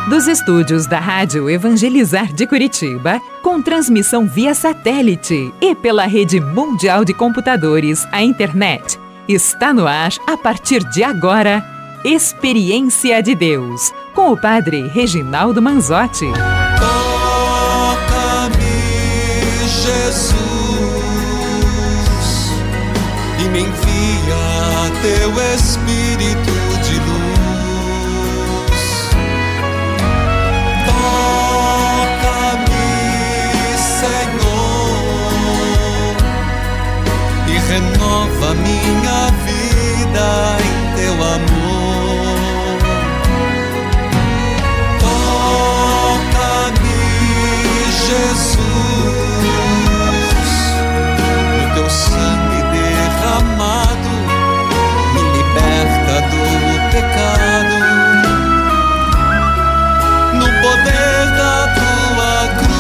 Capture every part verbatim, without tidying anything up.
Dos estúdios da Rádio Evangelizar de Curitiba, com transmissão via satélite e pela rede mundial de computadores, a internet, está no ar, a partir de agora, Experiência de Deus, com o Padre Reginaldo Manzotti. Toca-me, Jesus, e me envia teu Espírito de luz. Renova minha vida em teu amor. Toca-me, Jesus, no teu sangue derramado, me liberta do pecado, no poder da tua cruz.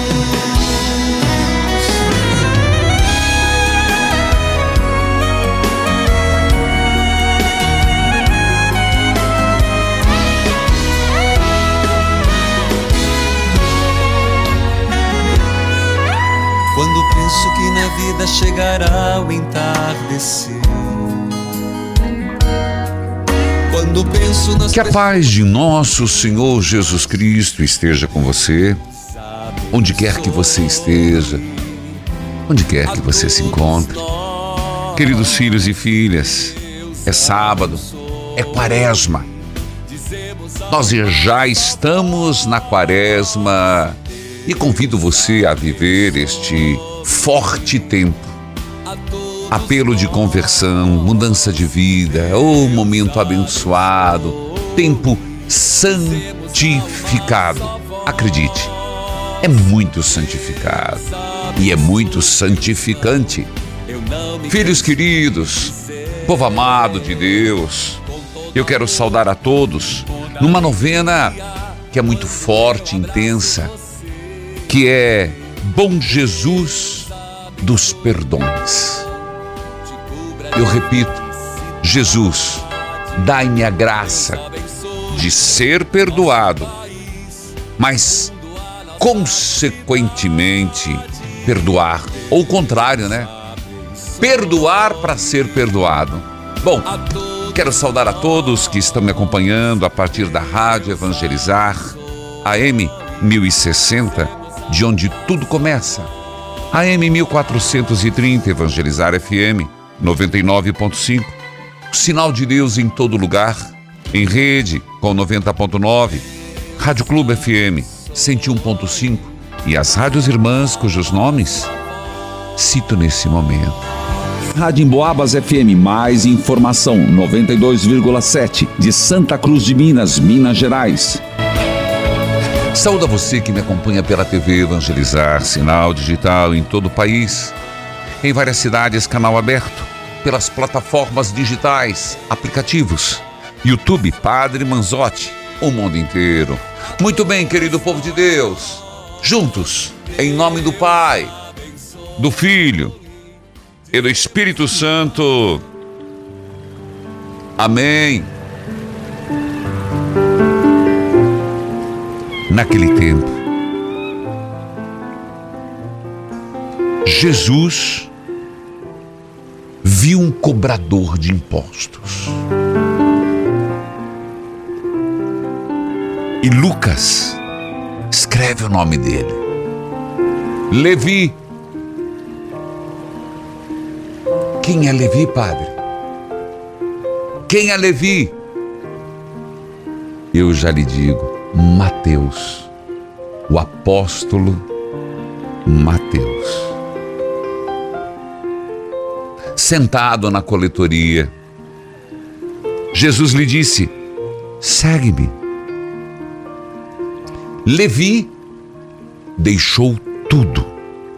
Quando penso que na vida chegará o entardecer, quando penso nas Que a paz de nosso Senhor Jesus Cristo esteja com você, onde quer que você esteja, onde quer que você se encontre. Queridos filhos e filhas, é sábado, é quaresma. Nós já estamos na quaresma e convido você a viver este forte tempo. Apelo de conversão, mudança de vida, oh, momento abençoado, tempo santificado. Acredite, é muito santificado e é muito santificante. Filhos queridos, povo amado de Deus, eu quero saudar a todos numa novena que é muito forte, intensa, que é Bom Jesus dos Perdões. Eu repito, Jesus, dai-me a graça de ser perdoado, mas consequentemente perdoar, ou o contrário, né? Perdoar para ser perdoado. Bom, quero saudar a todos que estão me acompanhando a partir da Rádio Evangelizar, A M mil e sessenta, de onde tudo começa. A M mil quatrocentos e trinta, Evangelizar F M noventa e nove ponto cinco. O sinal de Deus em todo lugar. Em rede com noventa ponto nove. Rádio Clube F M cento e um ponto cinco. E as rádios irmãs cujos nomes cito nesse momento. Rádio Emboabas F M, mais informação, noventa e dois vírgula sete, de Santa Cruz de Minas, Minas Gerais. Saúde a você que me acompanha pela T V Evangelizar, sinal digital em todo o país. Em várias cidades, canal aberto, pelas plataformas digitais, aplicativos, YouTube, Padre Manzotti, o mundo inteiro. Muito bem, querido povo de Deus, juntos, em nome do Pai, do Filho e do Espírito Santo. Amém. Naquele tempo, Jesus viu um cobrador de impostos. E Lucas escreve o nome dele: Levi. Quem é Levi, padre? Quem é Levi? Eu já lhe digo, Mateus, o apóstolo Mateus. Sentado na coletoria, Jesus lhe disse: segue-me. Levi deixou tudo.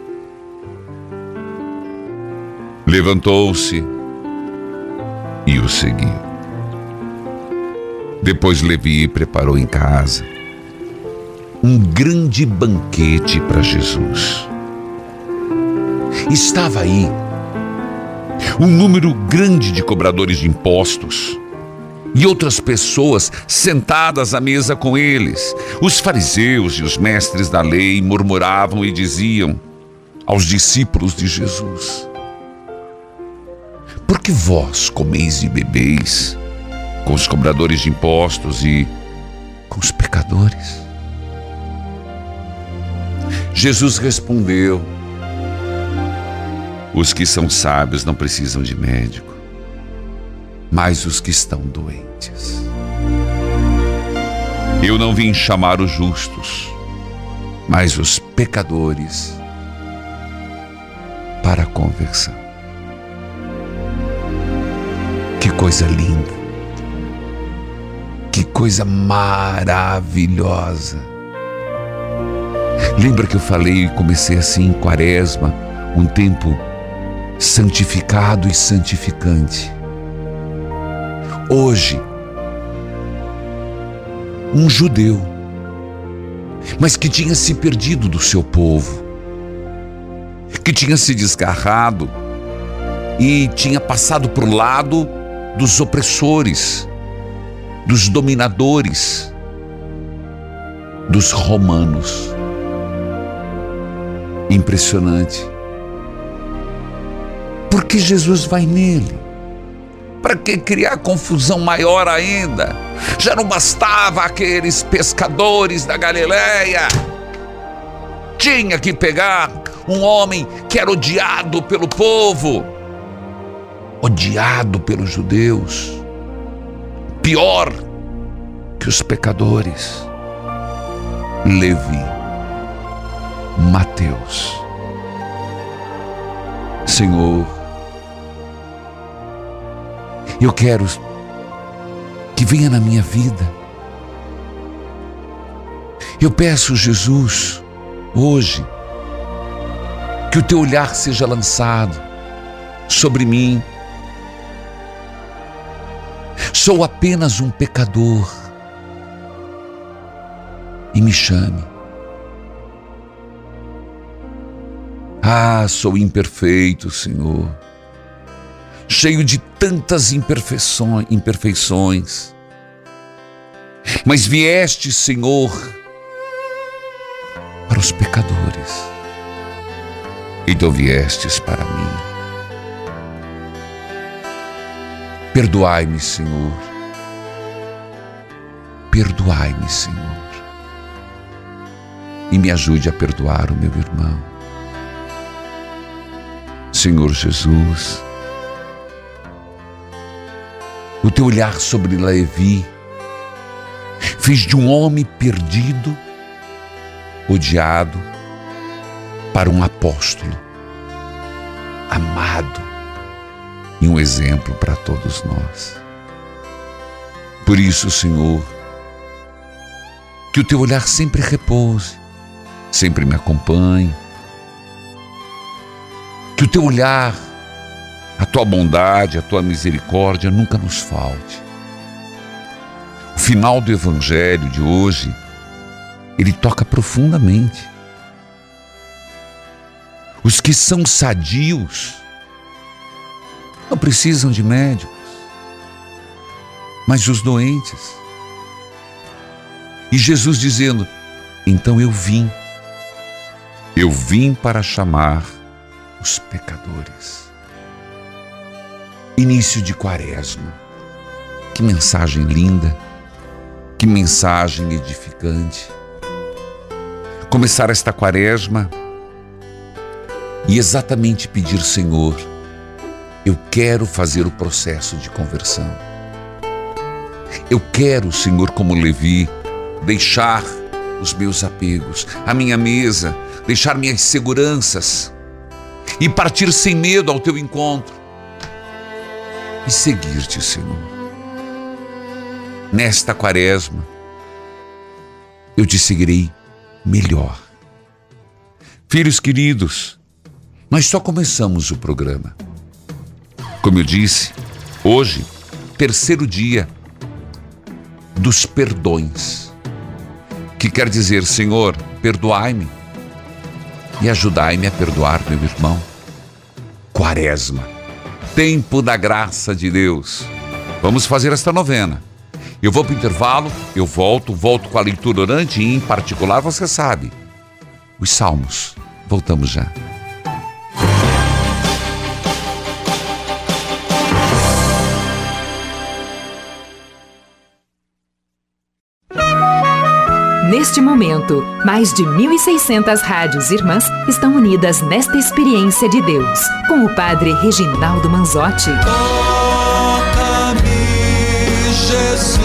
Levantou-se e o seguiu. Depois Levi preparou em casa um grande banquete para Jesus. Estava aí um número grande de cobradores de impostos, e outras pessoas sentadas à mesa com eles. Os fariseus e os mestres da lei murmuravam e diziam aos discípulos de Jesus: por que vós comeis e bebeis com os cobradores de impostos e com os pecadores? Jesus respondeu: os que são sábios não precisam de médico, mas os que estão doentes. Eu não vim chamar os justos, mas os pecadores para a conversão. Que coisa linda, que coisa maravilhosa. Lembra que eu falei e comecei assim, quaresma, um tempo santificado e santificante. Hoje, um judeu, mas que tinha se perdido do seu povo, que tinha se desgarrado e tinha passado para o lado dos opressores, dos dominadores, dos romanos. Impressionante. Por que Jesus vai nele? Para que criar confusão maior ainda? Já não bastava aqueles pescadores da Galileia. Tinha que pegar um homem que era odiado pelo povo, odiado pelos judeus, pior que os pecadores. Levi, Mateus. Senhor, eu quero que venha na minha vida. Eu peço, Jesus, hoje, que o teu olhar seja lançado sobre mim. Sou apenas um pecador e me chame. Ah, sou imperfeito, Senhor, cheio de tantas imperfeições, imperfeições. Mas vieste, Senhor, para os pecadores. Então viestes para mim. Perdoai-me, Senhor. Perdoai-me, Senhor. E me ajude a perdoar o meu irmão. Senhor Jesus, o teu olhar sobre Levi fez de um homem perdido, odiado, para um apóstolo amado e um exemplo para todos nós. Por isso, Senhor, que o teu olhar sempre repouse, sempre me acompanhe, que o teu olhar, a tua bondade, a tua misericórdia nunca nos falte. O final do Evangelho de hoje, ele toca profundamente. Os que são sadios não precisam de médicos, mas os doentes. E Jesus dizendo: então eu vim, eu vim para chamar os pecadores. Início de quaresma. Que mensagem linda, que mensagem edificante. Começar esta quaresma e exatamente pedir: Senhor, eu quero fazer o processo de conversão. Eu quero, Senhor, como Levi, deixar os meus apegos, a minha mesa, deixar minhas seguranças e partir sem medo ao teu encontro e seguir-te, Senhor. Nesta quaresma, eu te seguirei melhor. Filhos queridos, nós só começamos o programa. Como eu disse, hoje, terceiro dia dos perdões, que quer dizer: Senhor, perdoai-me e ajudai-me a perdoar meu irmão. Quaresma, tempo da graça de Deus, Vamos fazer esta novena. Eu vou para o intervalo, eu volto, volto com a leitura orante e, em particular, você sabe, os salmos. Voltamos já. Neste momento, mais de mil e seiscentas rádios irmãs estão unidas nesta experiência de Deus, com o Padre Reginaldo Manzotti. Toca-me, Jesus,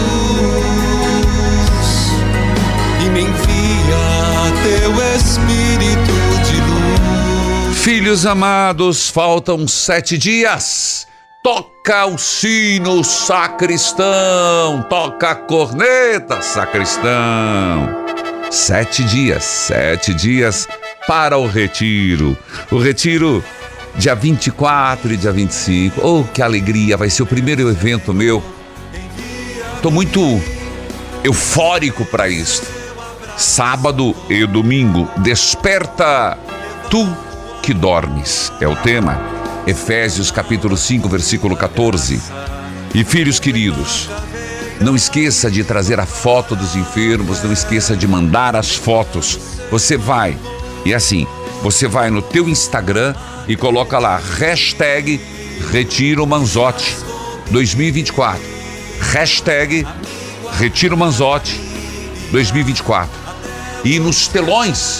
e me envia teu Espírito de luz. Filhos amados, faltam sete dias. Toca o sino, sacristão. Toca a corneta, sacristão. Sete dias, sete dias para o retiro. O retiro dia vinte e quatro e dia vinte e cinco. Oh, que alegria, vai ser o primeiro evento meu. Estou muito eufórico para isso. Sábado e domingo, desperta tu que dormes, é o tema. Efésios capítulo cinco, versículo quatorze. E filhos queridos, não esqueça de trazer a foto dos enfermos, não esqueça de mandar as fotos. Você vai, e assim, você vai no teu Instagram e coloca lá, hashtag Retiro Manzotti dois mil e vinte e quatro. Hashtag Retiro Manzotti dois mil e vinte e quatro. E nos telões,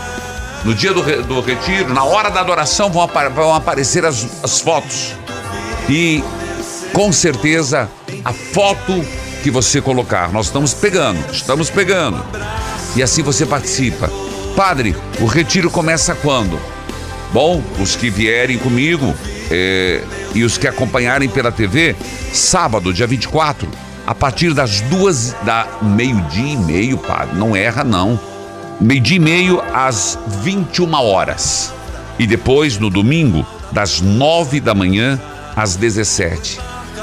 no dia do, re, do retiro, na hora da adoração, vão, apa vão aparecer as, as fotos. E, com certeza, a foto que você colocar, nós estamos pegando, estamos pegando. E assim você participa. Padre, o retiro começa quando? Bom, os que vierem comigo é, e os que acompanharem pela T V, sábado, dia vinte e quatro, a partir das duas, da meio-dia e meio, padre, não erra não. Meio-dia e meio às vinte e uma horas. E depois, no domingo, das nove da manhã às dezessete.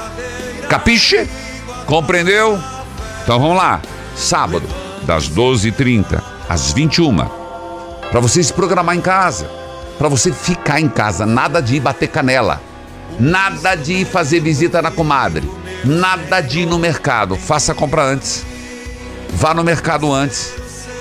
Capiche? Compreendeu? Então vamos lá. Sábado, das doze e trinta às vinte e uma. Para você se programar em casa. Para você ficar em casa. Nada de ir bater canela. Nada de ir fazer visita na comadre. Nada de ir no mercado. Faça a compra antes. Vá no mercado antes.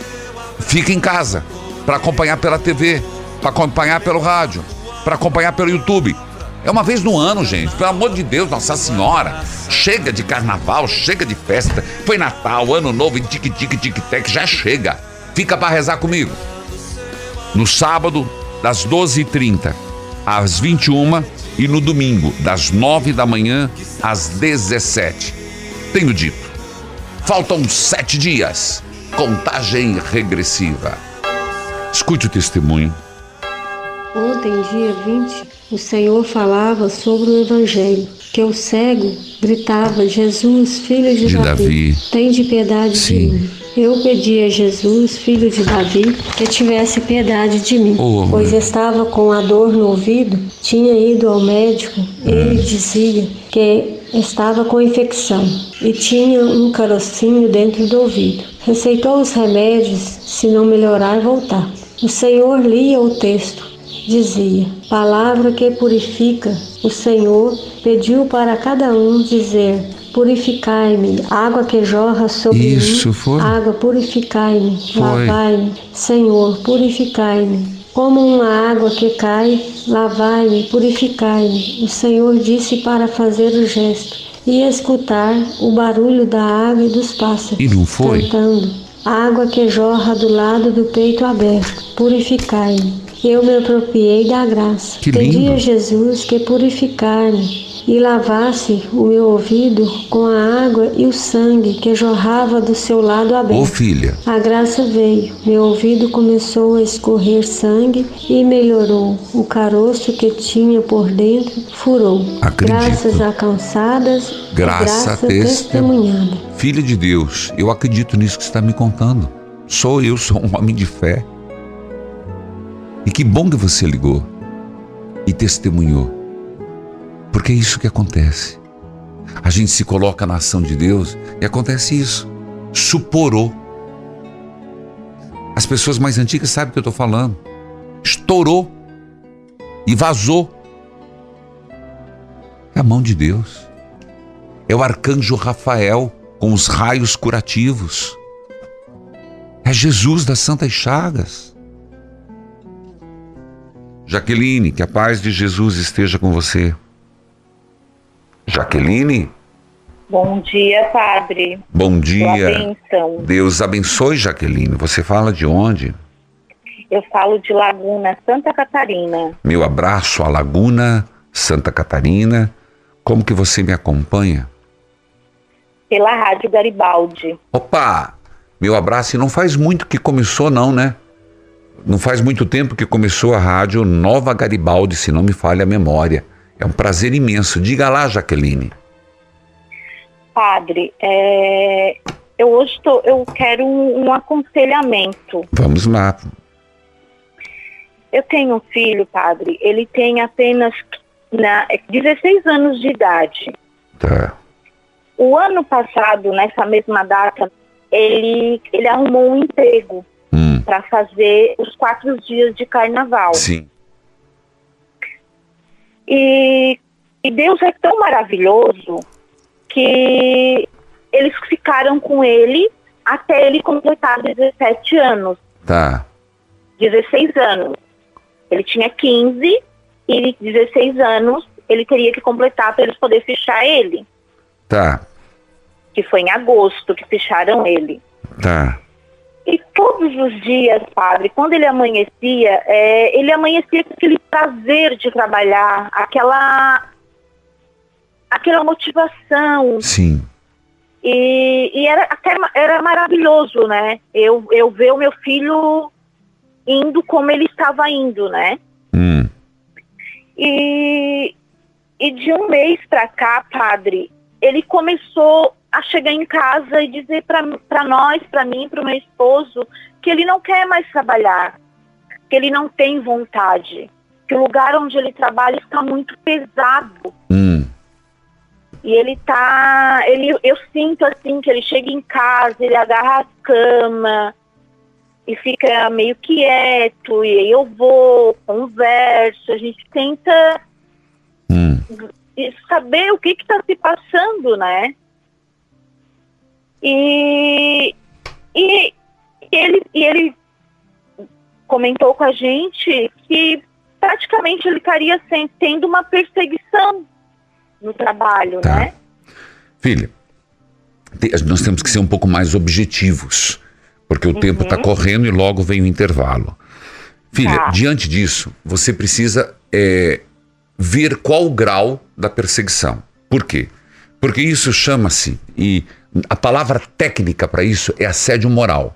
Fica em casa, para acompanhar pela T V, para acompanhar pelo rádio, para acompanhar pelo YouTube. É uma vez no ano, gente, pelo amor de Deus, Nossa Senhora. Chega de carnaval, chega de festa. Foi Natal, Ano Novo, tic-tic, tic-tac, já chega. Fica para rezar comigo. No sábado, das doze e trinta às vinte e uma e no domingo, das nove da manhã às dezessete. Tenho dito, faltam sete dias. Contagem regressiva. Escute o testemunho. Ontem, dia vinte, o Senhor falava sobre o Evangelho, que o cego gritava, Jesus, filho de, de Davi, Davi, tende piedade Sim. de mim. Eu pedi a Jesus, filho de Davi, que tivesse piedade de mim, oh, pois estava com a dor no ouvido, tinha ido ao médico, hum. ele dizia que estava com infecção e tinha um carocinho dentro do ouvido. Receitou os remédios, se não melhorar, voltar. O Senhor lia o texto, dizia, palavra que purifica. O Senhor pediu para cada um dizer, purificai-me, água que jorra sobre Isso mim, foi. água, purificai-me, lavai-me, Senhor, purificai-me. Como uma água que cai, lavai-me, purificai-me. O Senhor disse para fazer o gesto e escutar o barulho da água e dos pássaros, e não foi? cantando. Água que jorra do lado do peito aberto, purificai-me. Eu me apropriei da graça. Que Pedi lindo. a Jesus que purificar-me e lavasse o meu ouvido com a água e o sangue que jorrava do seu lado aberto. Ô filha, A graça veio, meu ouvido começou a escorrer sangue e melhorou. O caroço que tinha por dentro furou. Acredito. Graças alcançadas, Graça graça testemunhada. testemunhada. Filha de Deus, eu acredito nisso que você está me contando. Sou eu, sou um homem de fé. E que bom que você ligou e testemunhou. Porque é isso que acontece. A gente se coloca na ação de Deus e acontece isso. Suporou. As pessoas mais antigas sabem o que eu estou falando. Estourou e vazou. É a mão de Deus. É o arcanjo Rafael com os raios curativos. É Jesus das Santas Chagas. Jaqueline, que a paz de Jesus esteja com você. Jaqueline? Bom dia, padre. Bom dia. Bênção. Deus abençoe, Jaqueline. Você fala de onde? Eu falo de Laguna, Santa Catarina. Meu abraço à Laguna, Santa Catarina. Como que você me acompanha? Pela Rádio Garibaldi. Opa! Meu abraço. E não faz muito que começou, não, né? Não faz muito tempo que começou a Rádio Nova Garibaldi, se não me falha a memória. É um prazer imenso. Diga lá, Jaqueline. Padre, é... eu hoje tô... eu quero um, um aconselhamento. Vamos lá. Eu tenho um filho, padre. Ele tem apenas na... dezesseis anos de idade. Tá. O ano passado, nessa mesma data, ele, ele arrumou um emprego Hum. para fazer os quatro dias de carnaval. Sim. E, e Deus é tão maravilhoso que eles ficaram com ele até ele completar dezessete anos. Tá. dezesseis anos. Ele tinha quinze e dezesseis anos ele teria que completar para eles poderem fichar ele. Tá. Que foi em agosto que ficharam ele. Tá. E todos os dias, padre, quando ele amanhecia, é, ele amanhecia com aquele prazer de trabalhar, aquela, aquela motivação. Sim. E, e era, até, era maravilhoso, né? Eu, eu ver o meu filho indo como ele estava indo, né? Hum. E, e de um mês pra cá, padre, ele começou a chegar em casa e dizer para nós, para mim, para o meu esposo, que ele não quer mais trabalhar, que ele não tem vontade, que o lugar onde ele trabalha está muito pesado. Hum. E ele tá, ele, eu sinto assim que ele chega em casa, ele agarra a cama e fica meio quieto, e aí eu vou, converso, a gente tenta Hum. saber o que que está se passando, né? E, e, e, ele, e ele comentou com a gente que praticamente ele estaria sem, tendo uma perseguição no trabalho, Tá. né? Filha, te- nós temos que ser um pouco mais objetivos, porque o Uhum. tempo está correndo e logo vem o intervalo. Filha, Tá. diante disso, você precisa é, ver qual o grau da perseguição. Por quê? Porque isso chama-se, e a palavra técnica para isso é assédio moral.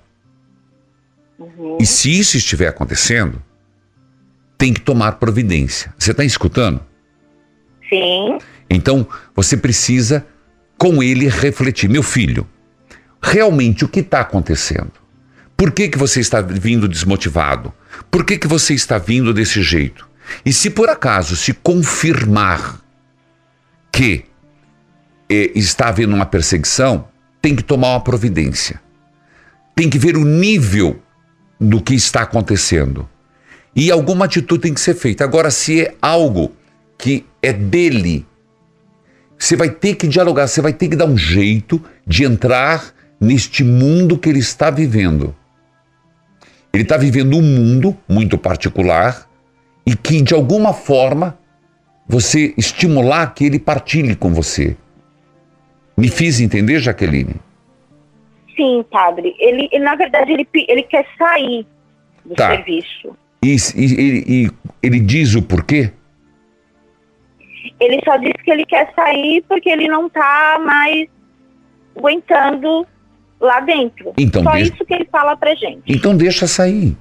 Uhum. E se isso estiver acontecendo, tem que tomar providência. Você está escutando? Sim, Então, você precisa, com ele, refletir. Meu filho, realmente o que está acontecendo? Por que que você está vindo desmotivado? Por que que você está vindo desse jeito? E se por acaso se confirmar que eh, está havendo uma perseguição, tem que tomar uma providência. Tem que ver o nível do que está acontecendo. E alguma atitude tem que ser feita. Agora, se é algo que é dele, você vai ter que dialogar, você vai ter que dar um jeito de entrar neste mundo que ele está vivendo. Ele está vivendo um mundo muito particular e que, de alguma forma, você estimular que ele partilhe com você. Me fiz entender, Jaqueline? sim, padre. Ele, ele, na verdade, ele, pe- ele quer sair do Tá. serviço. E, e- e- e ele diz o porquê? Ele só diz que ele quer sair porque ele não tá mais aguentando lá dentro. Então, Só deixa- isso que ele fala pra gente. Então deixa sair.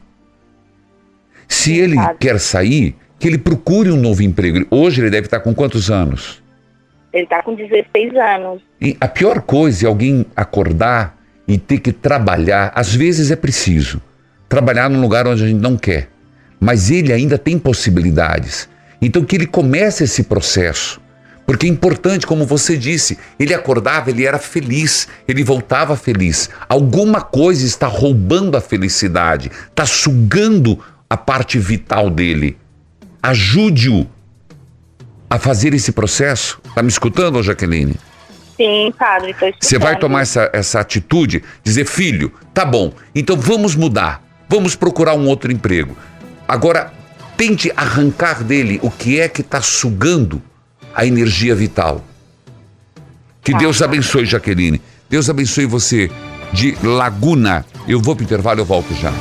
Se ele Sabe. quer sair, que ele procure um novo emprego. Hoje ele deve estar com quantos anos? Ele tá com dezesseis anos. E a pior coisa é alguém acordar e ter que trabalhar. Às vezes é preciso trabalhar num lugar onde a gente não quer. Mas ele ainda tem possibilidades. Então que ele comece esse processo. Porque é importante, como você disse, ele acordava, ele era feliz, ele voltava feliz. Alguma coisa está roubando a felicidade, está sugando a parte vital dele. Ajude-o a fazer esse processo. Está me escutando, Jaqueline? Sim, padre, estou escutando. Você vai tomar essa, essa atitude, dizer, filho, tá bom, então vamos mudar, vamos procurar um outro emprego. Agora, tente arrancar dele o que é que está sugando a energia vital. Que Deus abençoe, Jaqueline. Deus abençoe você de Laguna. Eu vou para o intervalo, eu volto já.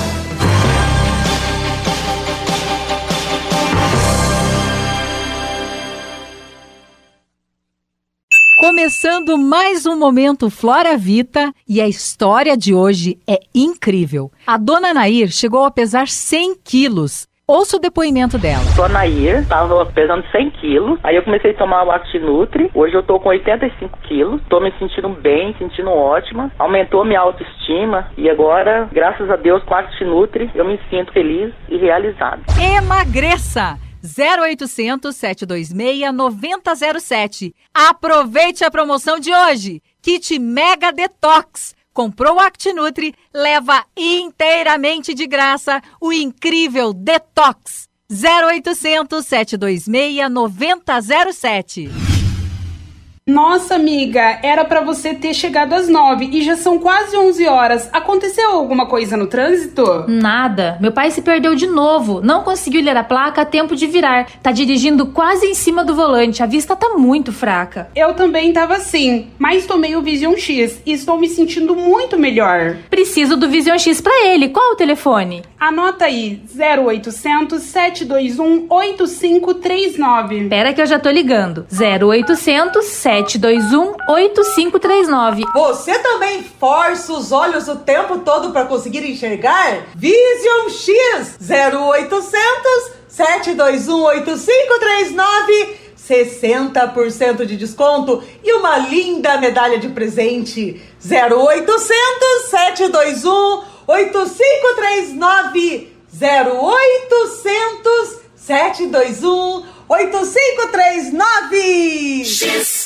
Começando mais um Momento Flora Vita, e a história de hoje é incrível. A dona Nair chegou a pesar cem quilos. Ouça o depoimento dela. Dona Nair estava pesando cem quilos, aí eu comecei a tomar o ActiNutri. Hoje eu tô com oitenta e cinco quilos, tô me sentindo bem, sentindo ótima. Aumentou minha autoestima e agora, graças a Deus, com o ActiNutri, eu me sinto feliz e realizado. Emagreça! zero oitocentos, sete dois seis, nove zero zero sete. Aproveite a promoção de hoje. Kit Mega Detox. Comprou o ActiNutri, leva inteiramente de graça o incrível Detox. zero oitocentos, sete dois seis, nove zero zero sete. Nossa, amiga, era pra você ter chegado às nove e já são quase onze horas. Aconteceu alguma coisa no trânsito? Nada. Meu pai se perdeu de novo. Não conseguiu ler a placa a tempo de virar. Tá dirigindo quase em cima do volante. A vista tá muito fraca. Eu também tava assim, mas tomei o Vision X e estou me sentindo muito melhor. Preciso do Vision X pra ele. Qual o telefone? Anota aí, zero oitocentos, sete dois um, oito cinco três nove. Pera que eu já tô ligando. zero oitocentos, sete dois um, oito cinco três nove. Você também força os olhos o tempo todo para conseguir enxergar? Vision X, zero oitocentos, sete dois um, oito cinco três nove. sessenta por cento de desconto e uma linda medalha de presente. zero oitocentos, sete dois um, oito cinco três nove. zero oitocentos, sete dois um, oito cinco três nove. X.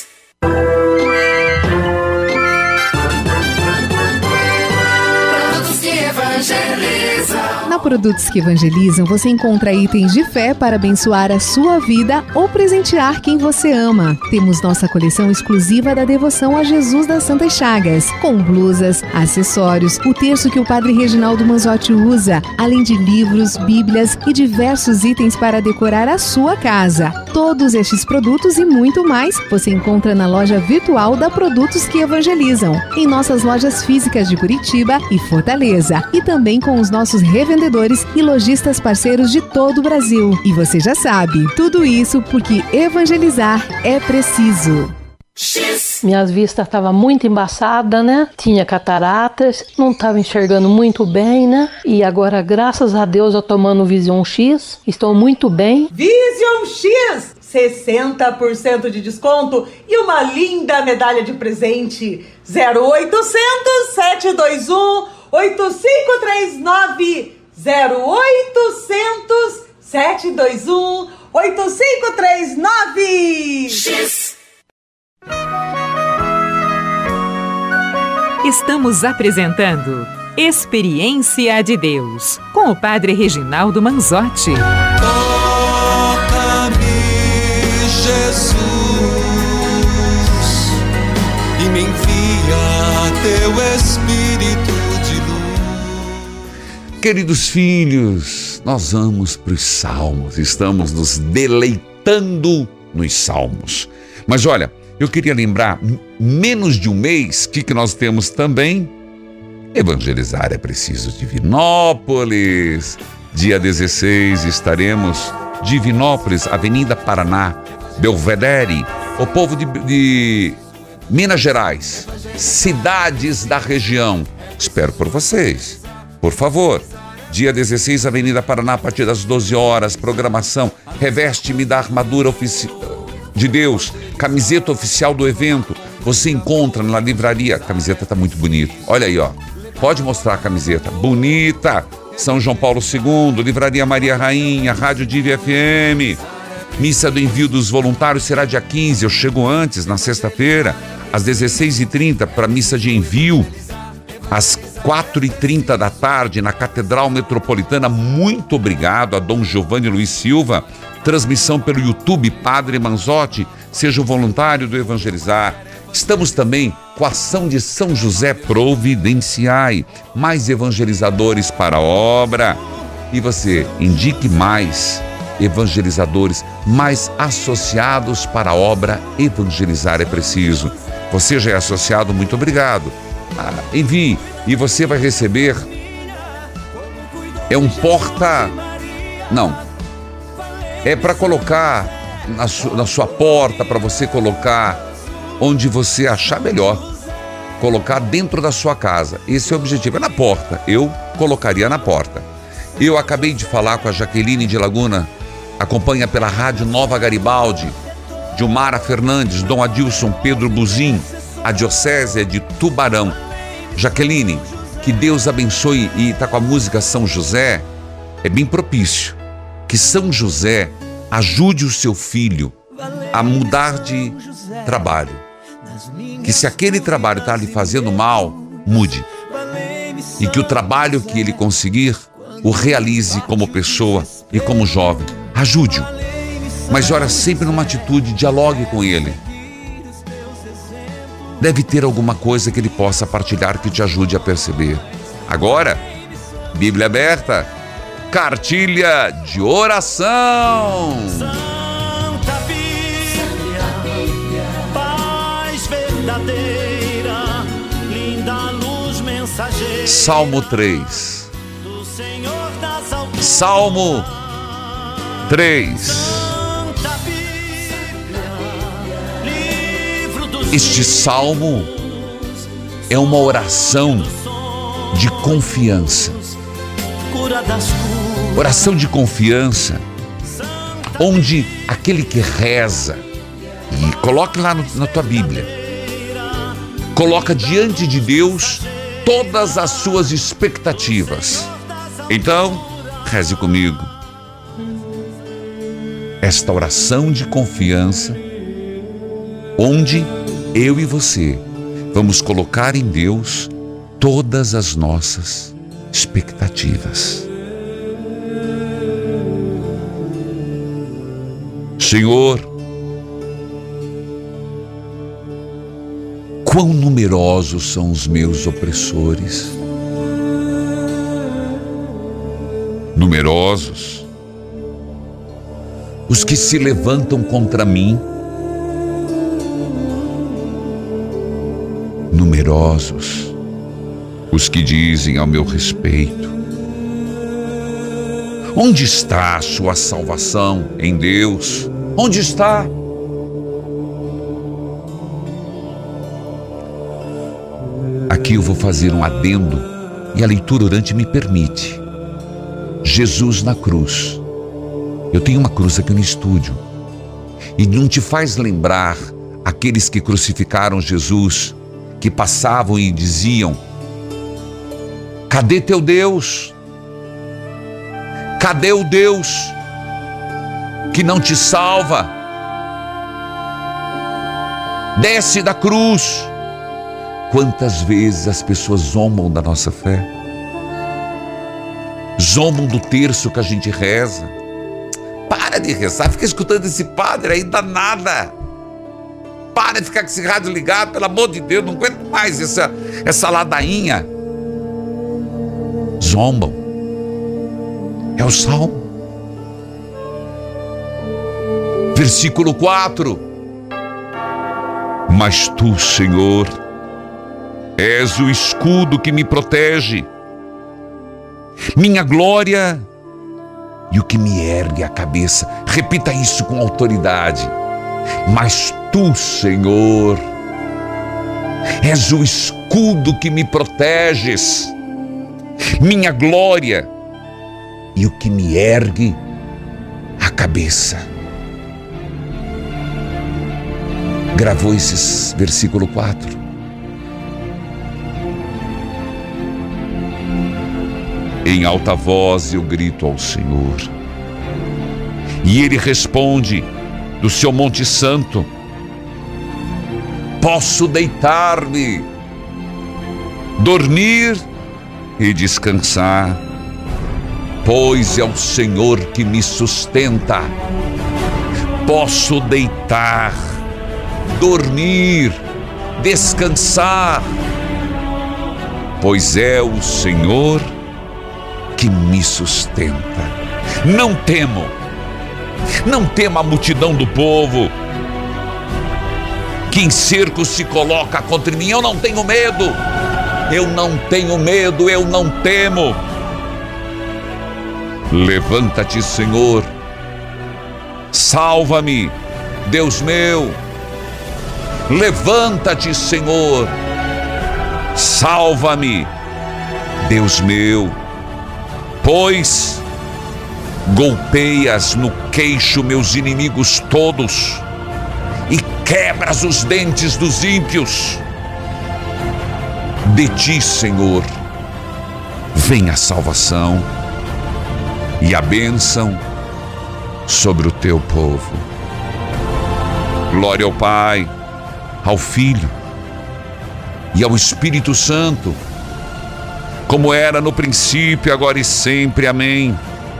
Produtos que evangelizam. Na Produtos que Evangelizam, você encontra itens de fé para abençoar a sua vida ou presentear quem você ama. Temos nossa coleção exclusiva da devoção a Jesus das Santas Chagas, com blusas, acessórios, o terço que o Padre Reginaldo Manzotti usa, além de livros, bíblias e diversos itens para decorar a sua casa. Todos estes produtos e muito mais você encontra na loja virtual da Produtos que Evangelizam, em nossas lojas físicas de Curitiba e Fortaleza, e também com os nossos revendedores e lojistas parceiros de todo o Brasil. E você já sabe, tudo isso porque evangelizar é preciso. Minhas vistas estavam muito embaçadas, né? Tinha cataratas, não estava enxergando muito bem, né? E agora, graças a Deus, eu tomando o Vision X, estou muito bem. Vision X, sessenta por cento de desconto e uma linda medalha de presente. zero oitocentos, sete dois um, oito cinco três nove. zero oitocentos, sete dois um, oito cinco três nove. X. Estamos apresentando Experiência de Deus, com o Padre Reginaldo Manzotti. Toca-me, Jesus, e me envia teu Espírito de luz. Queridos filhos, nós vamos para os Salmos, estamos nos deleitando nos Salmos. Mas olha, eu queria lembrar, menos de um mês, o que, que nós temos também? Evangelizar é preciso. Divinópolis. Dia dezesseis estaremos Divinópolis, Avenida Paraná, Belvedere. O povo de, de Minas Gerais, cidades da região. Espero por vocês. Por favor, dia dezesseis, Avenida Paraná, a partir das doze horas, programação Reveste-me da Armadura Oficial de Deus, camiseta oficial do evento, você encontra na livraria. A camiseta tá muito bonita, olha aí, ó, pode mostrar a camiseta, bonita. São João Paulo segundo, Livraria Maria Rainha, Rádio Divi F M. Missa do Envio dos Voluntários será dia quinze, eu chego antes, na sexta-feira, às dezesseis e trinta, para missa de envio, às quatro e trinta da tarde, na Catedral Metropolitana. Muito obrigado a Dom Giovanni Luiz Silva. Transmissão pelo YouTube, Padre Manzotti. Seja o voluntário do Evangelizar. Estamos também com a ação de São José Providenciai, mais evangelizadores para a obra. E você, indique mais evangelizadores, mais associados para a obra. Evangelizar é preciso. Você já é associado, muito obrigado. Ah, envie e você vai receber. É um porta... Não. É para colocar na, su... na sua porta, para você colocar onde você achar melhor. Colocar dentro da sua casa. Esse é o objetivo. É na porta. Eu colocaria na porta. Eu acabei de falar com a Jaqueline de Laguna, acompanha pela Rádio Nova Garibaldi, Dilmara Fernandes, Dom Adilson, Pedro Buzim, a Diocese é de Tubarão. Jaqueline, que Deus abençoe, e está com a música São José, é bem propício. Que São José ajude o seu filho a mudar de trabalho. Que se aquele trabalho está lhe fazendo mal, mude. E que o trabalho que ele conseguir, o realize como pessoa e como jovem. Ajude-o, mas ora sempre numa atitude, dialogue com ele. Deve ter alguma coisa que ele possa partilhar que te ajude a perceber. Agora, Bíblia aberta, cartilha de oração. Santa Bíblia, paz verdadeira, linda luz mensageira. Salmo três. Salmo três. Este salmo é uma oração de confiança. Oração de confiança, onde aquele que reza, e coloque lá no, na tua Bíblia, coloca diante de Deus todas as suas expectativas. Então, reze comigo esta oração de confiança, onde eu e você vamos colocar em Deus todas as nossas expectativas. Senhor, quão numerosos são os meus opressores. Numerosos os que se levantam contra mim. Numerosos os que dizem ao meu respeito. Onde está a sua salvação em Deus? Onde está? Aqui eu vou fazer um adendo e a leitura orante me permite. Jesus na cruz. Eu tenho uma cruz aqui no estúdio. E não te faz lembrar aqueles que crucificaram Jesus, que passavam e diziam: cadê teu Deus? Cadê o Deus que não te salva? Desce da cruz. Quantas vezes as pessoas zombam da nossa fé? Zombam do terço que a gente reza. Para de rezar, fica escutando esse padre aí, dá nada. Para de ficar com esse rádio ligado, pelo amor de Deus, não aguento mais essa, essa ladainha. Zombam. É o Salmo. Versículo quatro. Mas tu, Senhor, és o escudo que me protege, minha glória e o que me ergue a cabeça. Repita isso com autoridade. Mas tu, Senhor, és o escudo que me proteges, minha glória e o que me ergue a cabeça. Gravou esse versículo quatro? Em alta voz eu grito ao Senhor, e Ele responde do seu Monte Santo: posso deitar-me, dormir e descansar, pois é o Senhor que me sustenta. Posso deitar, dormir descansar, pois é o Senhor que me sustenta. Não temo, não temo a multidão do povo que em cerco se coloca contra mim. Eu não tenho medo, eu não tenho medo, eu não temo. Levanta-te, Senhor, salva-me, Deus meu. Levanta-te, Senhor, salva-me, Deus meu, pois golpeias no queixo meus inimigos todos e quebras os dentes dos ímpios. De ti, Senhor, vem a salvação e a bênção sobre o teu povo. Glória ao Pai, ao Filho e ao Espírito Santo, como era no princípio, agora e sempre. Amém.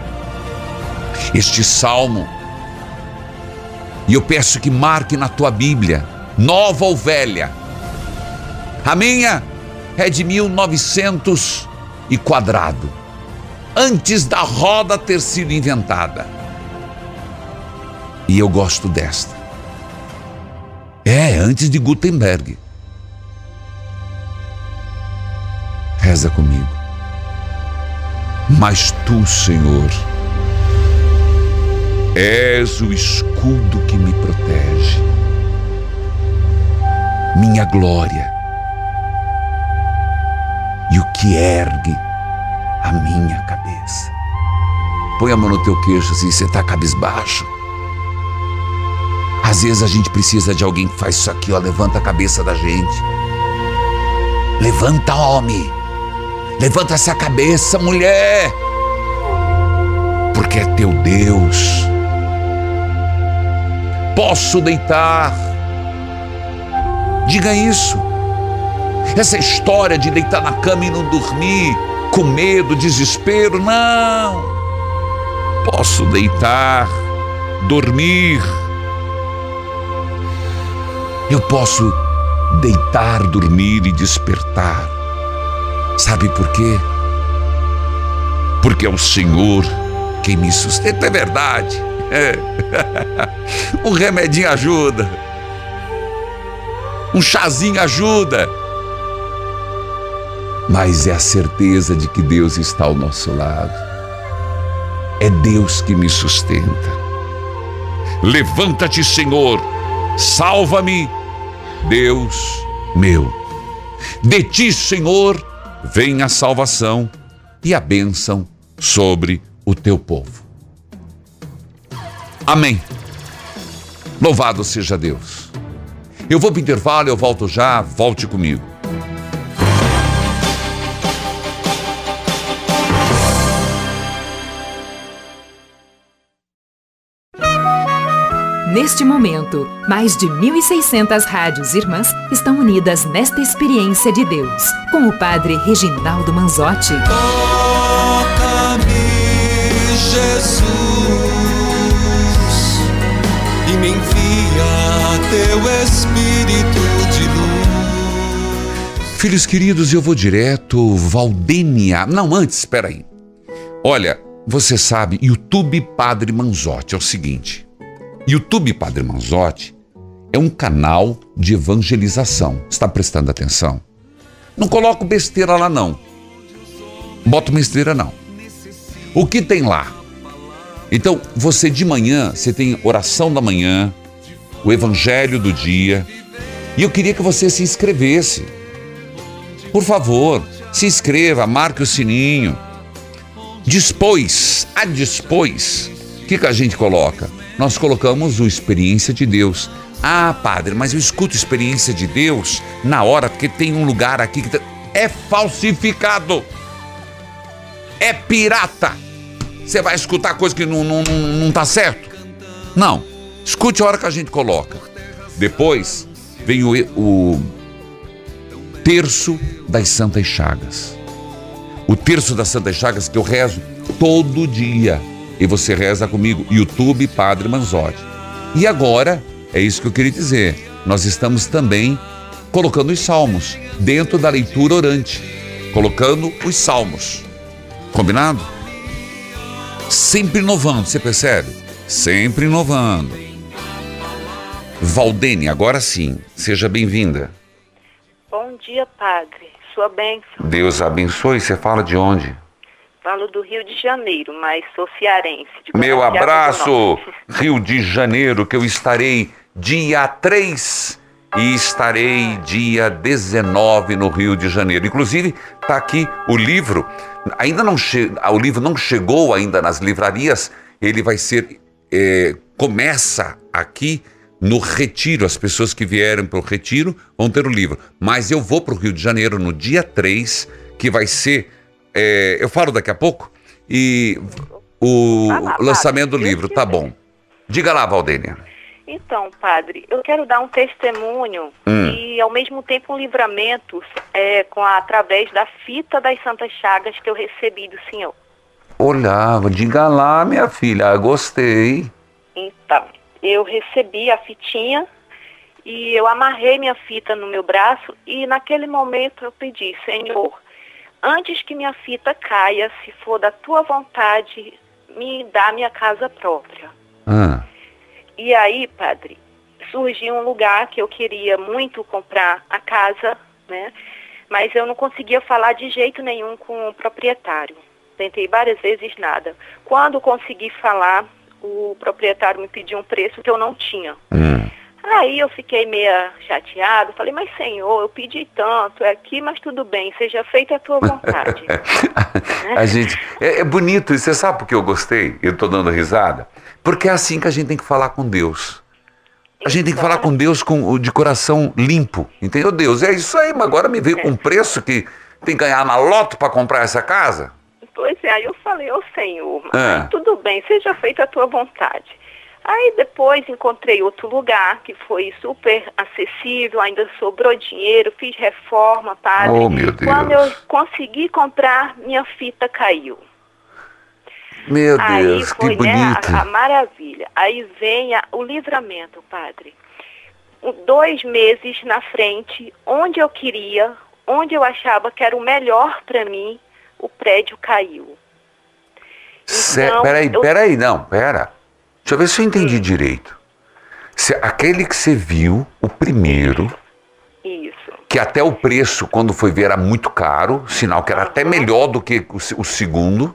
Este salmo, e eu peço que marque na tua Bíblia, nova ou velha. A minha é de mil e novecentos e quadrado, antes da roda ter sido inventada. E eu gosto desta. É, antes de Gutenberg. Reza comigo. Mas tu, Senhor, és o escudo que me protege, minha glória e o que ergue a minha cabeça. Põe a mão no teu queixo assim, você está cabisbaixo. Às vezes a gente precisa de alguém que faz isso aqui, ó, levanta a cabeça da gente. Levanta, homem. Levanta essa cabeça, mulher. Porque é teu Deus. Posso deitar. Diga isso. Essa história de deitar na cama e não dormir, com medo, desespero, não. Posso deitar, dormir. Eu posso deitar, dormir e despertar. Sabe por quê? Porque é o Senhor quem me sustenta. É verdade. É. Um remedinho ajuda. Um chazinho ajuda. Mas é a certeza de que Deus está ao nosso lado. É Deus que me sustenta. Levanta-te, Senhor. Salva-me, Deus meu. De ti, Senhor, vem a salvação e a bênção sobre o teu povo. Amém. Louvado seja Deus. Eu vou para o intervalo, eu volto já, volte comigo. Neste momento, mais de mil e seiscentas rádios irmãs estão unidas nesta experiência de Deus, com o Padre Reginaldo Manzotti. Toca-me, Jesus, e me envia teu Espírito de luz. Filhos queridos, eu vou direto, Valdênia. Não, antes, espera aí. Olha, você sabe, YouTube Padre Manzotti é o seguinte. YouTube Padre Manzotti é um canal de evangelização. Está prestando atenção? Não coloco besteira lá não. Bota besteira não. O que tem lá? Então, você de manhã, você tem oração da manhã, o evangelho do dia. E eu queria que você se inscrevesse. Por favor, se inscreva, marque o sininho. Depois, a depois, o que, que a gente coloca? Nós colocamos o Experiência de Deus. Ah, padre, mas eu escuto Experiência de Deus na hora, porque tem um lugar aqui que... É falsificado. É pirata. Você vai escutar coisa que não, não, não, não tá certo? Não. Escute a hora que a gente coloca. Depois vem o, o Terço das Santas Chagas. O Terço das Santas Chagas que eu rezo todo dia. E você reza comigo, YouTube Padre Manzotti. E agora, é isso que eu queria dizer, nós estamos também colocando os salmos dentro da leitura orante, colocando os salmos. Combinado? Sempre inovando, você percebe? Sempre inovando. Valdene, agora sim, seja bem-vinda. Bom dia, padre. Sua bênção. Deus abençoe. Você fala de onde? Falo do Rio de Janeiro, mas sou cearense. Meu abraço, Rio de Janeiro, que eu estarei dia três e estarei dia dezenove no Rio de Janeiro. Inclusive, está aqui o livro. Ainda não che... O livro não chegou ainda nas livrarias. Ele vai ser... É... Começa aqui no Retiro. As pessoas que vierem para o Retiro vão ter o livro. Mas eu vou para o Rio de Janeiro no dia três, que vai ser... É, eu falo daqui a pouco, e o ah, lá, lançamento padre, do livro, tá bom. Diga lá, Valdênia. Então, padre, eu quero dar um testemunho hum. e, ao mesmo tempo, um livramento é, com a, através da fita das Santas Chagas que eu recebi do Senhor. Olá, diga lá, minha filha, gostei. Então, eu recebi a fitinha e eu amarrei minha fita no meu braço e, naquele momento, eu pedi, Senhor, antes que minha fita caia, se for da tua vontade, me dá minha casa própria. Ah. E aí, padre, surgiu um lugar que eu queria muito comprar a casa, né? Mas eu não conseguia falar de jeito nenhum com o proprietário. Tentei várias vezes, nada. Quando consegui falar, o proprietário me pediu um preço que eu não tinha. Hum. Aí eu fiquei meio chateado, falei, mas Senhor, eu pedi tanto, é aqui, mas tudo bem, seja feita a tua vontade. A gente, é, é bonito, e você sabe por que eu gostei? Eu tô dando risada? Porque é assim que a gente tem que falar com Deus. A gente tem que falar com Deus com, de coração limpo, entendeu? Deus, é isso aí, mas agora me veio com um preço que tem que ganhar na loto para comprar essa casa? Pois é, aí eu falei, ô Senhor, mas Ah. tudo bem, seja feita a tua vontade. Aí depois encontrei outro lugar que foi super acessível, ainda sobrou dinheiro, fiz reforma, padre. Oh, meu Deus. Quando eu consegui comprar, minha fita caiu. Meu Aí Deus, foi, que né, bonito. a, a maravilha. Aí vem a- o livramento, padre. O- Dois meses na frente, onde eu queria, onde eu achava que era o melhor para mim, o prédio caiu. Cê, Então, peraí, eu- peraí, não, pera. Deixa eu ver se eu entendi direito. Se, aquele que você viu, o primeiro, Isso. que até o preço, quando foi ver, era muito caro, sinal que era até melhor do que o, se- o segundo.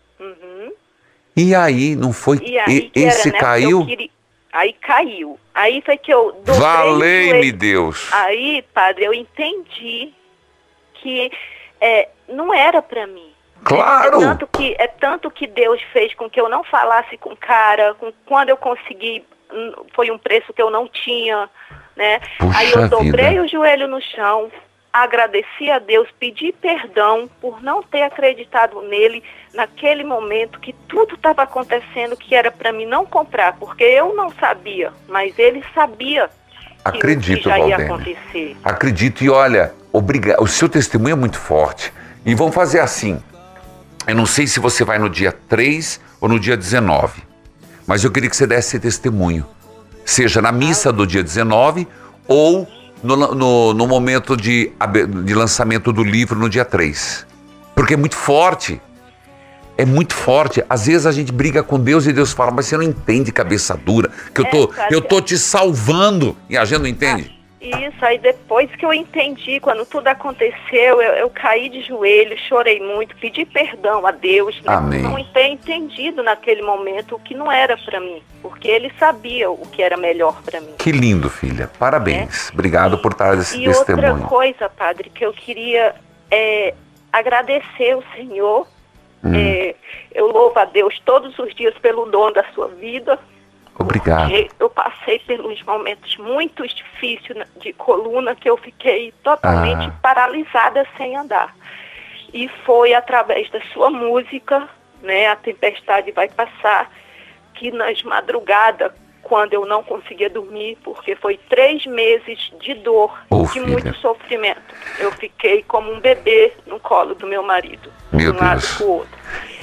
E aí, não foi... E aí, e- que era, esse né, caiu? eu queria- Aí caiu. Aí foi que eu dobrei o Valei-me joelho. Deus. Aí, padre, eu entendi que é, não era para mim. Claro. É tanto, que, é tanto que Deus fez com que eu não falasse com o cara, com, quando eu consegui, hum, foi um preço que eu não tinha, né? Puxa Aí eu dobrei vida. o joelho no chão, agradeci a Deus, pedi perdão por não ter acreditado nele naquele momento que tudo estava acontecendo que era para mim não comprar, porque eu não sabia, mas ele sabia que, Acredito, que já ia Valdênia. acontecer. Acredito, e olha, obriga... o seu testemunho é muito forte. E vamos fazer assim. Eu não sei se você vai no dia três ou no dia dezenove, mas eu queria que você desse esse testemunho. Seja na missa do dia dezenove ou no, no, no momento de, abe- de lançamento do livro no dia três. Porque é muito forte. É muito forte. Às vezes a gente briga com Deus e Deus fala, mas você não entende, cabeça dura, que eu tô, eu tô te salvando. E a gente não entende. Isso, aí depois que eu entendi, quando tudo aconteceu, eu, eu caí de joelho, chorei muito, pedi perdão a Deus, né, Amém. por não ter entendido naquele momento o que não era para mim, porque ele sabia o que era melhor para mim. Que lindo, filha. Parabéns. Obrigado por estar esse E testemunho. outra coisa, padre, que eu queria é, agradecer ao Senhor. Hum. É, eu louvo a Deus todos os dias pelo dom da sua vida. Obrigado. Porque eu passei pelos momentos muito difíceis na- de coluna que eu fiquei totalmente Ah. paralisada sem andar. E foi através da sua música, né, A Tempestade Vai Passar, que nas madrugadas, quando eu não conseguia dormir, porque foi três meses de dor, Ô, de filha. muito sofrimento, eu fiquei como um bebê no colo do meu marido, Meu de um lado Deus. pro outro.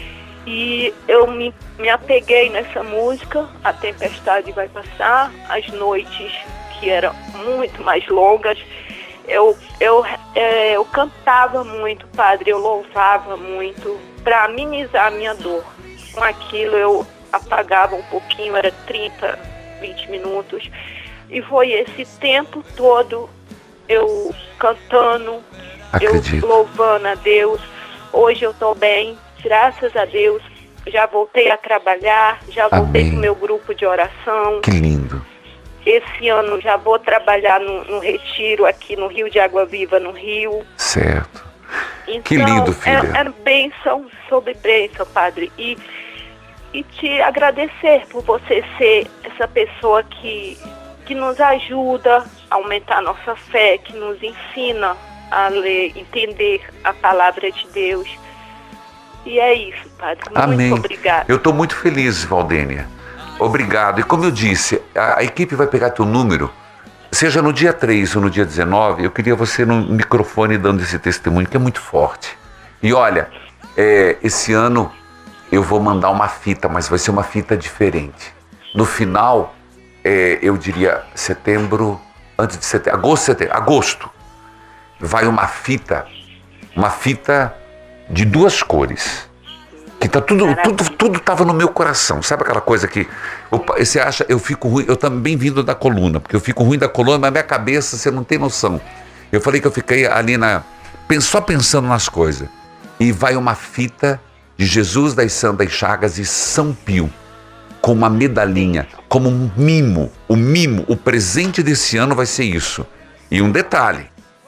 E eu me, me apeguei nessa música, A Tempestade Vai Passar, as noites que eram muito mais longas, Eu, eu, é, eu cantava muito, padre, eu louvava muito para amenizar a minha dor. Com aquilo eu apagava um pouquinho, era trinta, vinte minutos. E foi esse tempo todo eu cantando, Acredito. eu louvando a Deus. Hoje eu estou bem, graças a Deus. Já voltei a trabalhar, já voltei Amém. com o meu grupo de oração. Que lindo. Esse ano já vou trabalhar no, no retiro aqui no Rio de Água Viva, no Rio. Certo. Então, Que lindo, filha. É, é bênção sobre bênção, padre. E, e te agradecer por você ser essa pessoa que, que nos ajuda a aumentar a nossa fé, que nos ensina a ler, entender a palavra de Deus. E é isso, padre. Muito Amém. obrigada. Eu estou muito feliz, Valdênia. Obrigado. E como eu disse, a, a equipe vai pegar teu número, seja no dia três ou no dia dezenove, eu queria você no microfone dando esse testemunho, que é muito forte. E olha, é, esse ano eu vou mandar uma fita, mas vai ser uma fita diferente. No final, é, eu diria setembro, antes de setembro, agosto, setembro, agosto, vai uma fita, uma fita de duas cores. Que tá tudo, tudo, tudo tava no meu coração. Sabe aquela coisa que eu, você acha, eu fico ruim, eu também vindo da coluna, porque eu fico ruim da coluna, mas minha cabeça, você não tem noção. Eu falei que eu fiquei ali na, só pensando nas coisas. E vai uma fita de Jesus das Santas Chagas e São Pio, com uma medalhinha, como um mimo. O mimo, o presente desse ano vai ser isso. E um detalhe,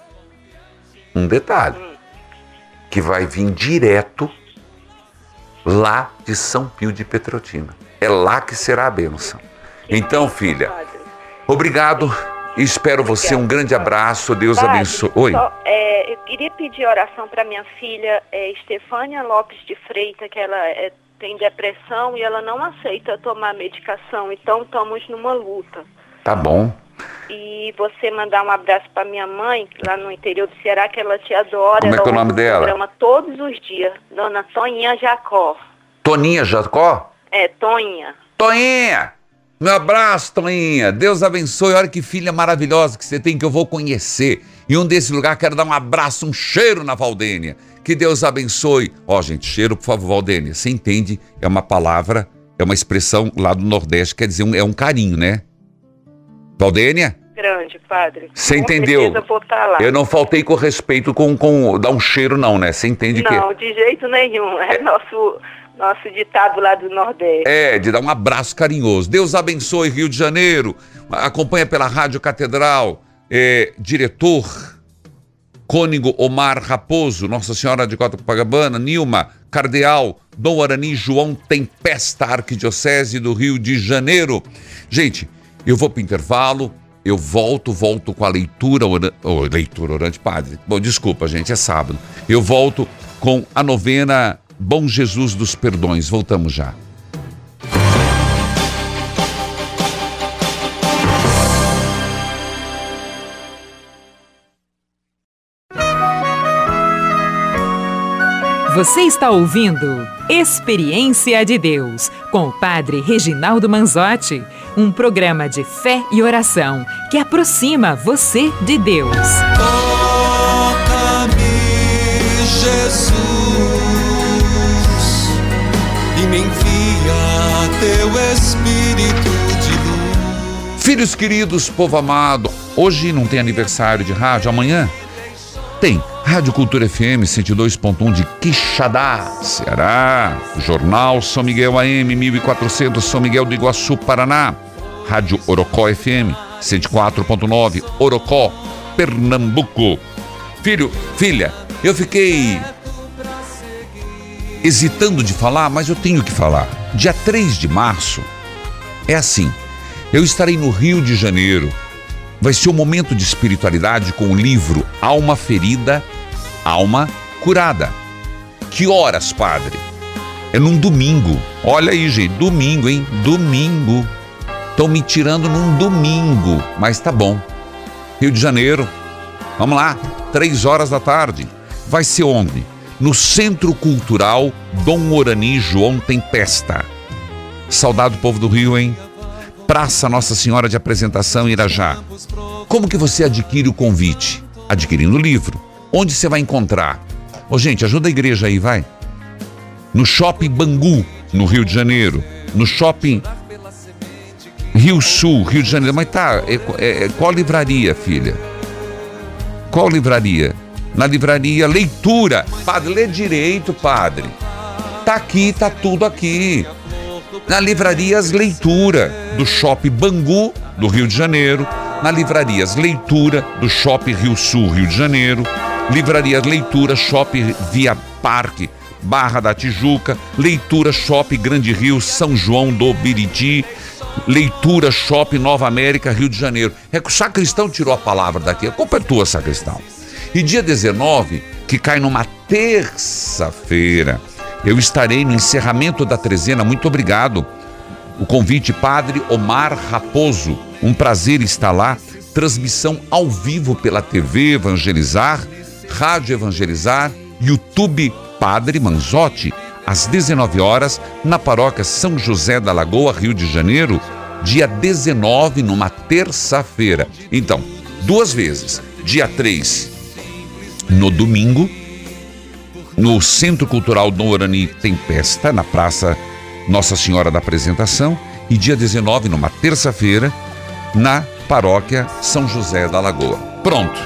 um detalhe, que vai vir direto lá de São Pio de Petrotina. É lá que será a bênção. Então, filha, obrigado e espero você. Um grande abraço. Deus Padre, abençoe. Oi. Só, é, eu queria pedir oração para minha filha, é, Estefânia Lopes de Freitas, que ela é, tem depressão e ela não aceita tomar medicação. Então, estamos numa luta. Tá bom. E você mandar um abraço para minha mãe, lá no interior do Ceará, que ela te adora. Como é que é o nome dela? Programa todos os dias. Dona Toninha Jacó. Toninha Jacó? É, Toninha. Toninha! Meu abraço, Toninha. Deus abençoe. Olha que filha maravilhosa que você tem, que eu vou conhecer. E um desse lugar quero dar um abraço, um cheiro na Valdênia. Que Deus abençoe. Ó, gente, cheiro, por favor, Valdênia. Você entende? É uma palavra, é uma expressão lá do Nordeste, quer dizer, um, é um carinho, né? Valdênia? Grande, padre. Você Com entendeu? certeza vou estar lá. Eu não faltei com respeito com, com dar um cheiro, não, né? Você entende que... Não, de jeito nenhum. É nosso, nosso ditado lá do Nordeste. É, de dar um abraço carinhoso. Deus abençoe Rio de Janeiro. Acompanha pela Rádio Catedral. É, diretor Cônigo Omar Raposo, Nossa Senhora de Copacabana, Nilma Cardeal, Dom Arani João Tempesta, Arquidiocese do Rio de Janeiro. Gente, eu vou para o intervalo, eu volto, volto com a leitura orante, oh, leitura orante, padre. Bom, desculpa, gente, é sábado. Eu volto com a novena Bom Jesus dos Perdões. Voltamos já. Você está ouvindo Experiência de Deus, com o Padre Reginaldo Manzotti, um programa de fé e oração que aproxima você de Deus. Toca-me, Jesus, e me envia teu Espírito de luz. Filhos queridos, povo amado, hoje não tem aniversário de rádio, amanhã tem Rádio Cultura F M cento e dois ponto um de Quixadá, Ceará. Jornal São Miguel A M mil e quatrocentos, São Miguel do Iguaçu, Paraná. Rádio Orocó F M cento e quatro ponto nove, Orocó, Pernambuco. Filho, filha, eu fiquei hesitando de falar, mas eu tenho que falar. Dia três de março, é assim, eu estarei no Rio de Janeiro. Vai ser um momento de espiritualidade com o livro Alma Ferida, Alma Curada. Que horas, padre? É num domingo. Olha aí, gente, domingo, hein? Domingo. Estão me tirando num domingo, mas tá bom. Rio de Janeiro. Vamos lá, três horas da tarde. Vai ser onde? No Centro Cultural Dom Orani João Tempesta. Saudade do povo do Rio, hein? Praça Nossa Senhora de Apresentação, Irajá. Como que você adquire o convite? adquirindo o livro. Onde você vai encontrar? Ô, gente, ajuda a igreja aí, vai. No Shopping Bangu, no Rio de Janeiro. No Shopping Rio Sul, Rio de Janeiro. Mas tá, é, é, qual livraria, filha? Qual livraria? Na livraria Leitura. Padre, lê direito, padre. Tá aqui, tá tudo aqui. Na livrarias Leitura, do Shopping Bangu, do Rio de Janeiro. Na livrarias Leitura, do Shopping Rio Sul, Rio de Janeiro. Livraria Leitura, Shopping Via Parque, Barra da Tijuca. Leitura, Shopping Grande Rio, São João do Biriti. Leitura, Shopping Nova América, Rio de Janeiro. É que o sacristão tirou a palavra daqui. A culpa é tua, sacristão. E dia dezenove, que cai numa terça-feira, eu estarei no encerramento da trezena. Muito obrigado. O convite, Padre Omar Raposo. Um prazer estar lá. Transmissão ao vivo pela T V Evangelizar, Rádio Evangelizar, YouTube Padre Manzotti, às dezenove horas, na paróquia São José da Lagoa, Rio de Janeiro, dia dezenove, numa terça-feira. Então, duas vezes, dia três, no domingo, no Centro Cultural Dom Orani Tempesta, na Praça Nossa Senhora da Apresentação, e dia dezenove, numa terça-feira, na paróquia São José da Lagoa. Pronto.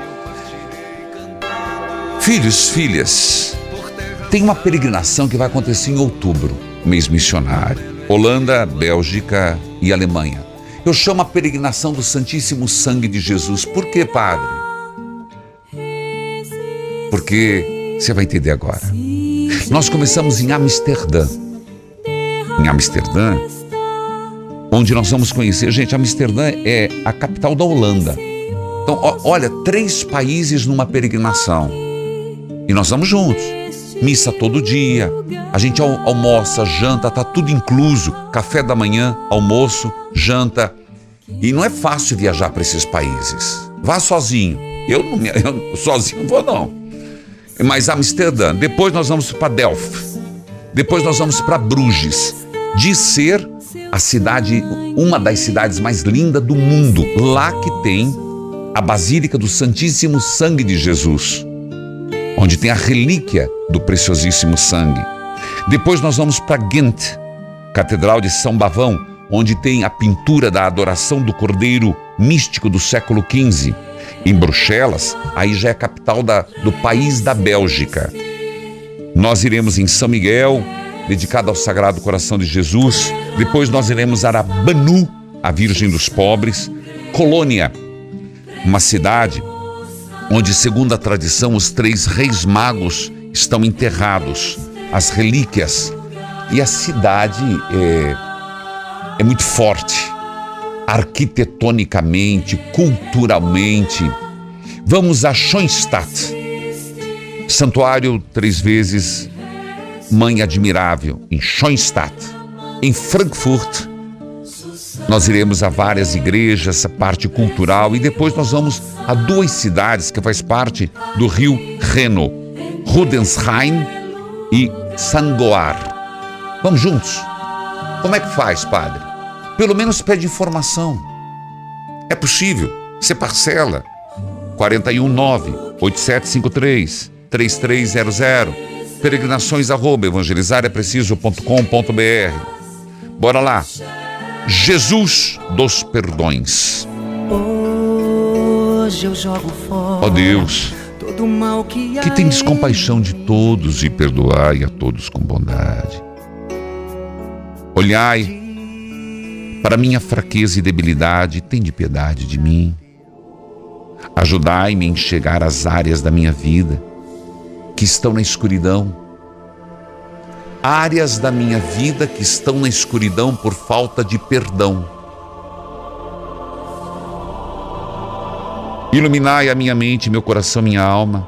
Filhos, filhas, tem uma peregrinação que vai acontecer em outubro, mês missionário. Holanda, Bélgica e Alemanha. Eu chamo a peregrinação do Santíssimo Sangue de Jesus. Por quê, padre? Porque você vai entender agora. Nós começamos em Amsterdã. Em Amsterdã, onde nós vamos conhecer... Gente, Amsterdã é a capital da Holanda. Então, ó, olha, três países numa peregrinação. E nós vamos juntos. Missa todo dia, a gente al almoça, janta, tá tudo incluso. Café da manhã, almoço, janta. E não é fácil viajar para esses países. Vá sozinho. Eu, não, eu sozinho não vou, não. Mas Amsterdã. Depois nós vamos para Delft. Depois nós vamos para Bruges. De ser a cidade, uma das cidades mais lindas do mundo. Lá que tem a Basílica do Santíssimo Sangue de Jesus, onde tem a relíquia do preciosíssimo sangue. Depois nós vamos para Ghent, Catedral de São Bavão, onde tem a pintura da adoração do Cordeiro místico do século quinze. Em Bruxelas, aí já é a capital da, do país da Bélgica. Nós iremos em São Miguel, dedicado ao Sagrado Coração de Jesus. Depois nós iremos a Arabanu, a Virgem dos Pobres. Colônia, uma cidade onde, segundo a tradição, os três reis magos estão enterrados, as relíquias. E a cidade é, é muito forte, arquitetonicamente, culturalmente. Vamos a Schoenstatt, santuário três vezes Mãe Admirável, em Schoenstatt. Em Frankfurt, nós iremos a várias igrejas, a parte cultural, e depois nós vamos a duas cidades que faz parte do rio Reno, Rudensheim e Sangoar. Vamos juntos? Como é que faz, padre? Pelo menos pede informação. É possível, você parcela. quatro um nove, oito sete cinco três, três três zero zero, peregrinações arroba evangelizarepreciso ponto com ponto br. Bora lá. Jesus dos Perdões. Hoje eu jogo fora. Ó Deus, todo mal que, que tendes compaixão de todos e perdoai a todos com bondade. Olhai para minha fraqueza e debilidade, tende piedade de mim. Ajudai-me a enxergar as áreas da minha vida que estão na escuridão. Áreas da minha vida que estão na escuridão por falta de perdão. Iluminai a minha mente, meu coração, minha alma.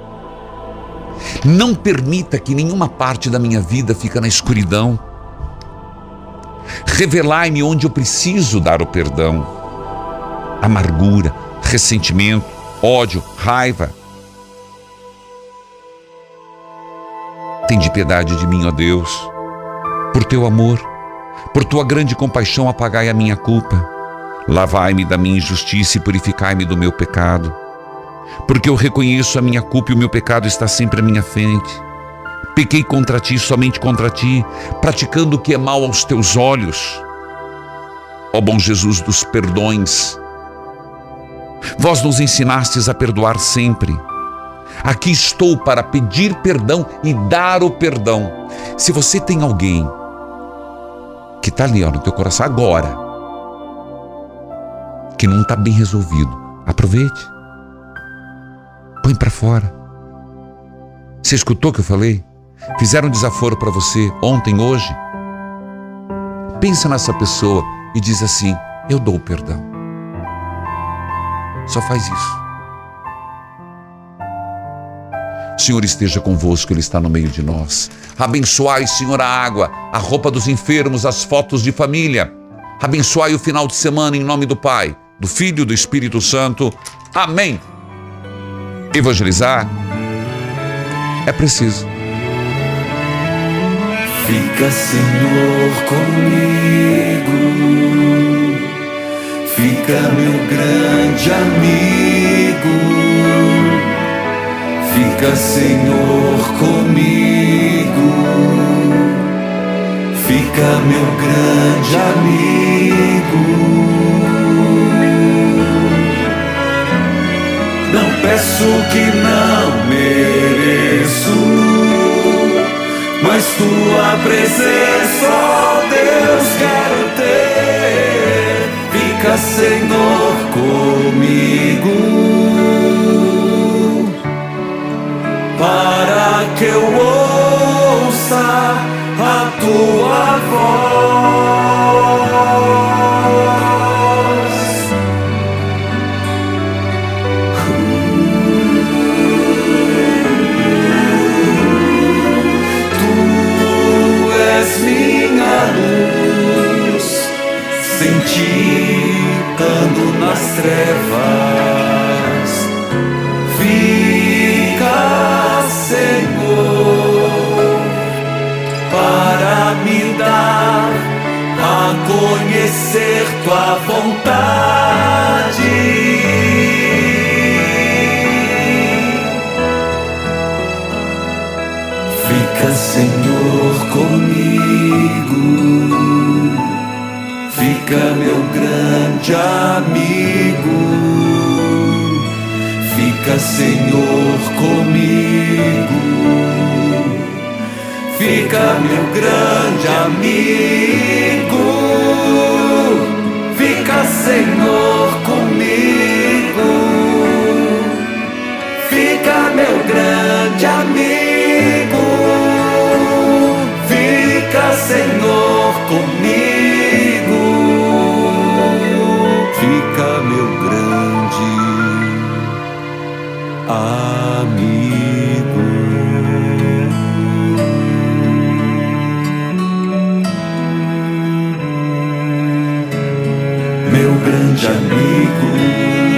Não permita que nenhuma parte da minha vida fique na escuridão. Revelai-me onde eu preciso dar o perdão. Amargura, ressentimento, ódio, raiva. Tende piedade de mim, ó Deus. Por teu amor, por tua grande compaixão, apagai a minha culpa. Lavai-me da minha injustiça e purificai-me do meu pecado. porque eu reconheço a minha culpa e o meu pecado está sempre à minha frente. Pequei contra ti, somente contra ti, praticando o que é mal aos teus olhos. Ó bom Jesus dos perdões, vós nos ensinastes a perdoar sempre. Aqui estou para pedir perdão e dar o perdão. Se você tem alguém que está ali ó, no teu coração agora, que não está bem resolvido, aproveite. Põe para fora. Você escutou o que eu falei? Fizeram um desaforo para você ontem, hoje? Pensa nessa pessoa e diz assim: eu dou o perdão. Só faz isso. Senhor esteja convosco, Ele está no meio de nós. Abençoai, Senhor, a água, a roupa dos enfermos, as fotos de família. Abençoai o final de semana em nome do Pai, do Filho e do Espírito Santo. Amém. Evangelizar é preciso. Fica, Senhor, comigo. Fica, meu grande amigo. Fica, Senhor, comigo. Fica, meu grande amigo. Não peço que não mereço, mas tua presença, ó Deus, quero ter. Fica, Senhor, comigo, para que eu ouça a tua voz. Tu és minha luz, sem ti ando nas trevas. Fica, Senhor, para me dar a conhecer tua vontade. Fica, Senhor, comigo. Fica, meu grande amigo. Fica, Senhor, comigo. Fica, meu grande amigo. Fica, Senhor, comigo. Fica, meu grande amigo. Fica, Senhor, comigo. Fica, meu grande amigo. Meu grande amigo.